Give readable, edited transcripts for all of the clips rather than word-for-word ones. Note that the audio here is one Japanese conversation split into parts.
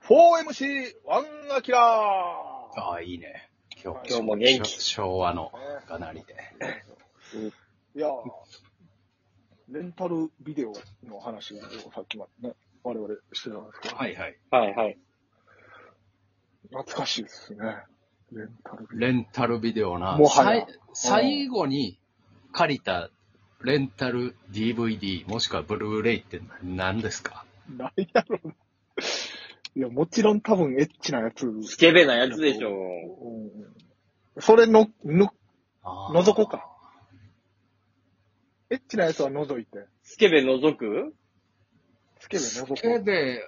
4MC ワンアキラー。 ああ、いいね。 今日も元気。 昭和のがなりで。 いやー、レンタルビデオの話をさっきまでね、我々してたんですけど。 はいはい。 はいはい。 懐かしいですね。 レンタルビデオな。 もはや最後に借りたレンタル DVD もしくはブルーレイって何ですか？ 何やろうな。いや、もちろん多分エッチなやつ。 スケベなやつでしょ。 それの、覗こうか。エッチなやつは覗いて。 スケベ覗く？ スケベ覗こう。 スケベ、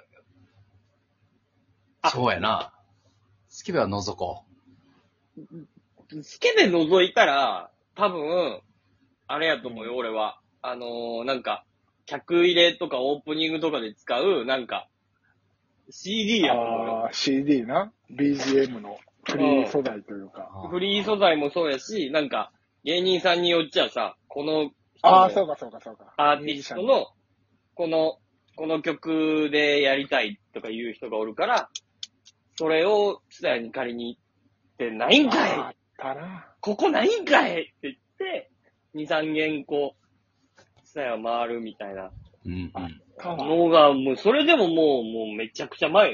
そうやな。スケベは覗こスケベ覗いたら、多分、あれやと思うよ、俺は。なんか、客入れとかオープニングとかで使う、なんか、CD やと思うよ。 CD な。BGM のフリー素材というか。 フリー素材もそうやし、なんか、芸人さんによっちゃさ、このそうか。 アーティストの、この曲でやりたいとか言う人がおるから、それをツタヤに借りに行って、ないんかいあったな。 ここないんかいって言って、2、3軒こう、ツタヤを回るみたいなう。 のが、もうそれでももうめちゃくちゃ前よ。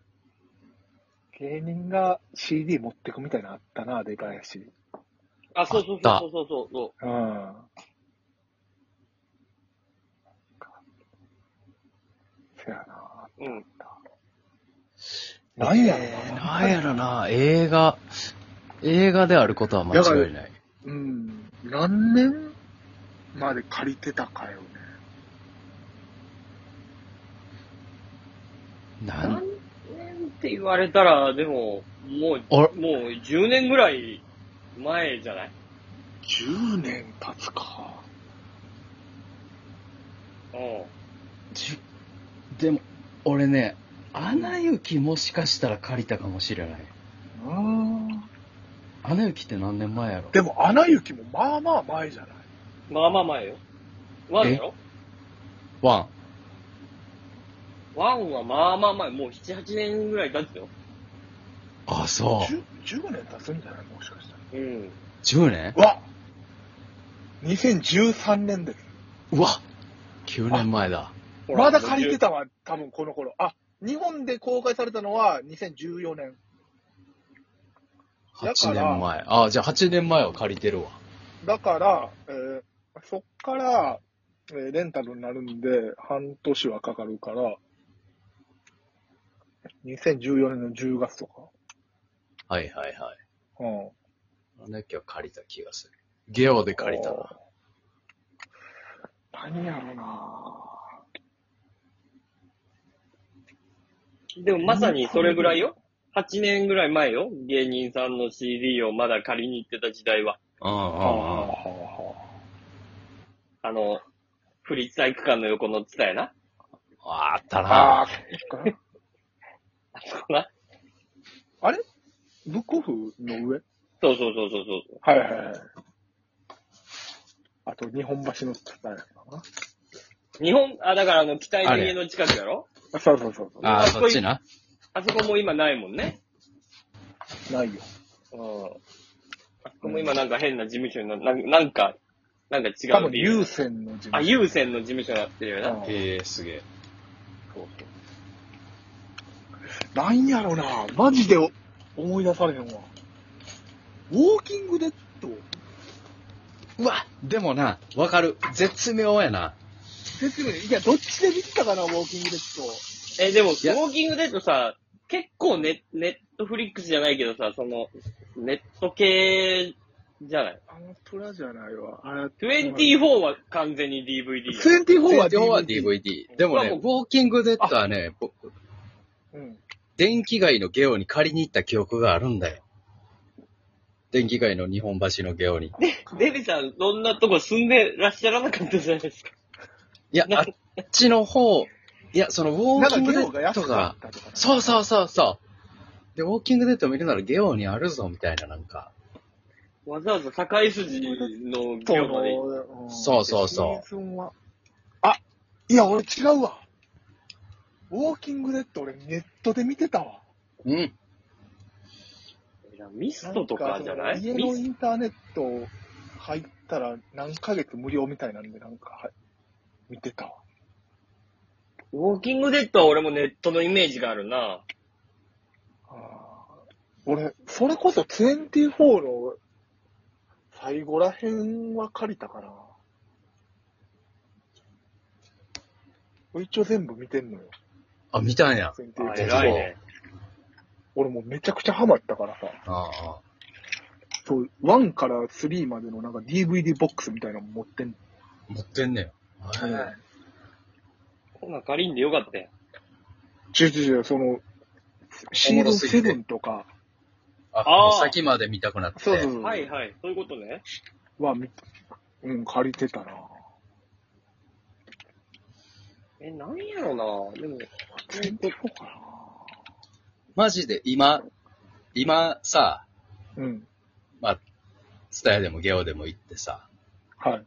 芸人が CD 持ってくみたいなのあったな、でかいし。 あ、そう。 うん。せやな。 うん。 なんやろなんやろな。映画であることは間違いない。 何年まで借りてたかよね。 何年って言われたら、でも、もう10年ぐらい前じゃない？ 10年経つか。 でも、俺ね、アナ雪もしかしたら借りたかもしれない。アナ雪って何年前やろ？ でも、アナ雪もまあまあ前じゃない？ まあまあ前よ。ワンやろ？ ワンはまあまあ前、もう7、8年ぐらい経つよ。 あ、そう。 10年経つんじゃない？もしかしたら。 10年？ うわ !2013 年です。 うわ !9 年前だ。 まだ借りてたわ、多分この頃。日本で公開されたのは2014年。 8年前。あ、じゃあ8年前は借りてるわ。 だから、そっから、レンタルになるんで、半年はかかるから、2014年の10月とか。 はい。 うん。 アナ雪は借りた気がする。ゲオで借りたな。 何やろな。 でもまさにそれぐらいよ。8年ぐらい前よ。芸人さんの CD をまだ借りに行ってた時代は。府立体育館の横のツタヤな。 あったな。 あそこな。 あれブックオフの上？ そう。 はい。あと、日本橋のツタヤかな。 だから北井の家の近くやろ？ そう。 あ、そっちな。 あそこも今ないもんね。 ないよ。 あそこも今なんか変な事務所になんか違う。 多分、有線の事務所。 有線の事務所になってるよな。 すげえ。 そう。 なんやろな。マジで思い出されへんわ。ウォーキングデッド。 うわ、でもな、わかる。絶妙やな。 いや、どっちで見てたかな、ウォーキングデッド。 でも、ウォーキングデッドさ、結構ネットフリックスじゃないけどさ、ネット系じゃない？ プラじゃないわ。 24は完全に DVD や。 24は DVD。でもね、ウォーキングデッドはね、電気街のゲオに借りに行った記憶があるんだよ。電気街の日本橋のゲオに。 デビさん、そんなとこ住んでらっしゃらなかったじゃないですか。 いや、あっちの方、そのウォーキングデッドが、そう。で、ウォーキングデッド見るならゲオにあるぞ、みたいななんか。 わざわざ境筋のゲオまで。 そう。 いや、俺違うわ。 ウォーキングデッド俺ネットで見てたわ。 うん。 いやミストとかじゃない家のインターネット入ったら何ヶ月無料みたいなんでなんか、はい、見てたわ。 ウォーキングデッドは俺もネットのイメージがあるな。 俺、それこそ24の最後らへんは借りたかな。一応全部見てんのよ。 あ、見たんや。 あ、偉いね。 俺もうめちゃくちゃハマったからさ。 ああ。 そう、1から3までのなんか DVD ボックスみたいなの持ってんの。 持ってんねん。 こんなん借りんでよかったよ。 違う、その、シーズン7とか。 あ、先まで見たくなって。 そう。 はいはい、そういうことね。 は、借りてたな。 なんやろな。でも、 全然そうかな。 マジで今さ、まあ、ツタヤでもゲオでも行ってさ、 はい。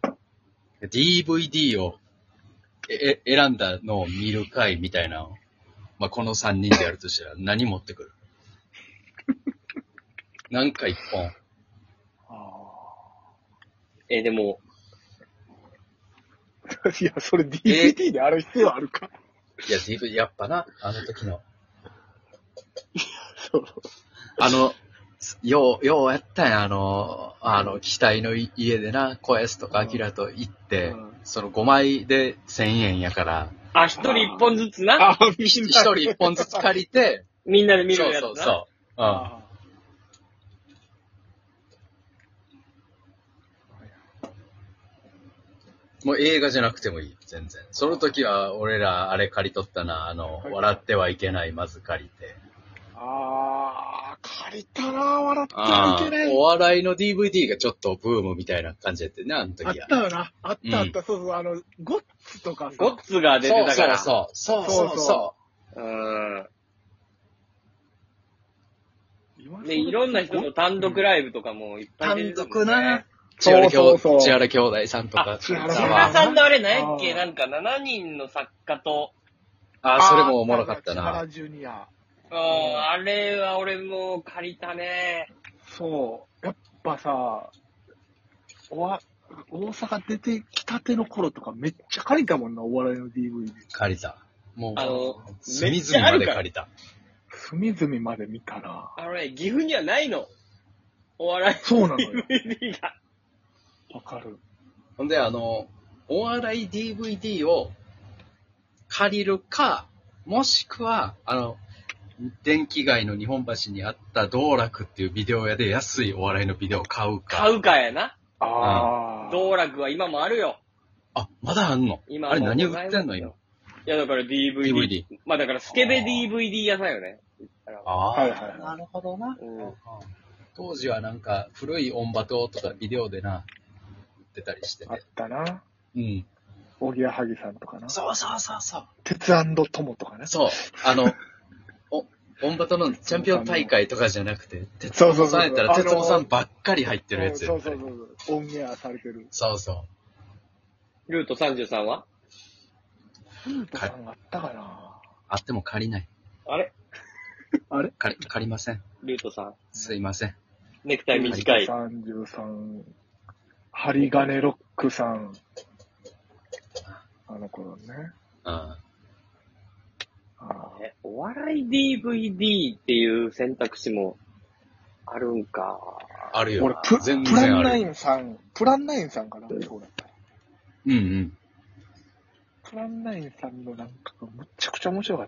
DVD を選んだのを見る回みたいなのを、まあ、この3人でやるとしたら何持ってくるなんか1本。 でも。 いや、それ DVD である必要あるか。 いや、DVD、やっぱな、あの時の。 そう。 ようやったんや、機体の家でな、小安とかアキラと行って、その5枚で1000円やから。 あ、一人1本ずつな。 一人1本ずつ借りて、 みんなで見るやつな。 そう。もう映画じゃなくてもいい、全然。その時は俺らあれ借り取ったな、笑ってはいけない、まず借りて。 借りたな、笑ってはいけない。 お笑いの DVD がちょっとブームみたいな感じやってね、あの時は。 あったよな。あった、そう、ゴッツとかさ。 ゴッツが出てたから。 そう。 で、いろんな人の単独ライブとかもいっぱい出てた、ね。 単独な。千原兄弟さんとか。 千原さんのあれ何やっけなんか7人の作家と。 それもおもろかったな。 千原ジュニア。 あれは俺も借りたね。 そう。やっぱさ、大阪出てきたての頃とかめっちゃ借りたもんな、お笑いの DVD。 借りた。もう、隅々まで借りた。 隅々まで見たな。 岐阜にはないの。お笑い DVD が。 そうなのよ。わかる。 ほんで、お笑い DVD を借りるか、もしくは、電気街の日本橋にあった道楽っていうビデオ屋で安いお笑いのビデオを買うか。 買うかやな。 道楽は今もあるよ。 まだあんの？ 今あれ何売ってんの今？いや、だから DVD。まあだからスケベ DVD 屋さんよね。 なるほどな。当時はなんか古い音バトとかビデオでな、売ってたりしてね。 あったな。おぎやはぎさんとかな。 そう。 鉄友とかね。 そう。音バトのチャンピオン大会とかじゃなくて、鉄友さんやったら鉄友さんばっかり入ってるやつや。 そう。オンエアされてる。 そう。 ルート33は？ ルートさんあったかな？ あっても借りない。 あれ借りません。 ルートさん。 すいません。 ネクタイ短い。 33、針金ロックさん。あの頃ね。 お笑い DVD っていう選択肢もあるんか。 あるよ。 俺、プランナインさんかな、そうだった。プランナインさんのなんかむちゃくちゃ面白かった。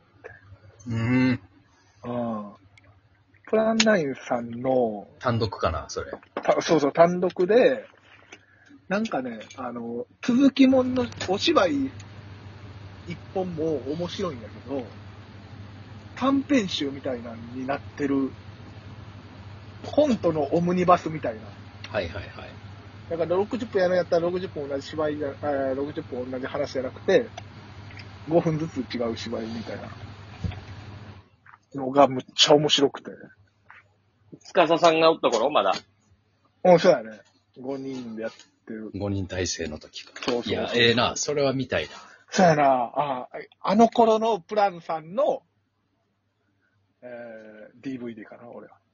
プランナインさんの単独かな、それ。 そう、単独で、なんかね、続きもんのお芝居一本も面白いんだけど、短編集みたいなのになってる、コントのオムニバスみたいな。だから60分やるんやったら60分同じ芝居60分同じ話じゃなくて、5分ずつ違う芝居みたいなのがむっちゃ面白くて。 司さんがおった頃まだ。 そうやね。5人でやってる。 5人体制の時か。 そう。 いや、な、それは見たいな。 そうやな。あの頃のプランさんの、DVD かな、俺は。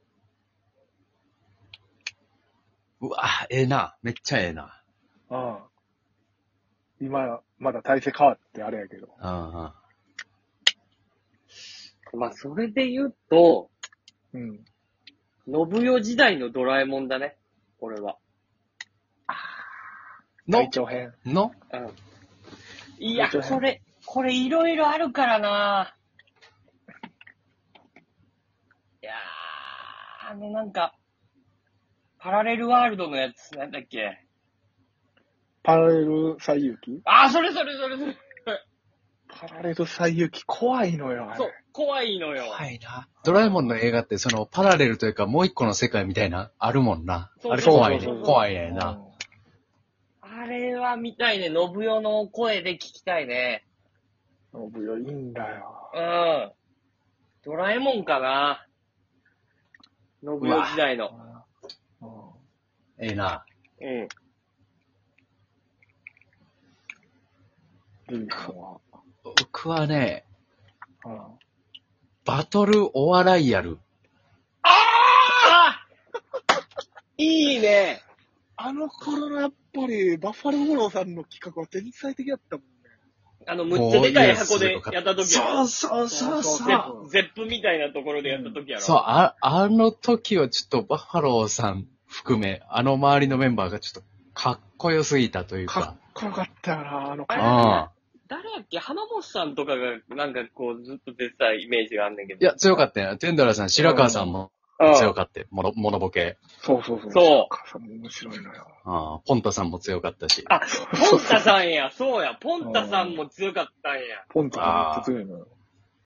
うわ、ええな。めっちゃええな。 今、まだ体制変わってあれやけど。 うんまあ、それで言うと、 うん。 信代時代のドラえもんだね。俺は。 の体調編。 のうん。いや、 体調編これいろいろあるからな。いやー、なんか、パラレルワールドのやつ、なんだっけ。 パラレル最遊記それ。 パラレル最遊記怖いのよ、あれ。 そう、怖いのよ。 怖いな。ドラえもんの映画ってそのパラレルというかもう一個の世界みたいな、あるもんな。 そうあれ怖いねそうそうそう。 怖いねんな。 あれは見たいね。信代の声で聞きたいね。 信代いいんだよ。 うん。ドラえもんかな。信代時代の。 ええな。 うん。 ルイさんは。 僕はね、 うんバトルオアライアル。 いいね。 あの頃のやっぱり、バッファロー五郎さんの企画は天才的だったもんね。 むっちゃでかい箱でやった時やろ。 そうゼップみたいなところでやった時やろ。 そう、あの時はちょっとバッファローさん含め、あの周りのメンバーがちょっとかっこよすぎたというかっか。 こよかったよな、あの回。 誰やっけ浜本さんとかがなんかこうずっと出てたイメージがあんねんけど。 いや、強かったよ。テンダラーさん、白川さんも強かったよ。モノボケ。 そう。 そう母さんも面白いのよ。 ポンタさんも強かったし。 ポンタさんや。そうや。ポンタさんも強かったんや。 ポンタさんめっちゃ強いのよ。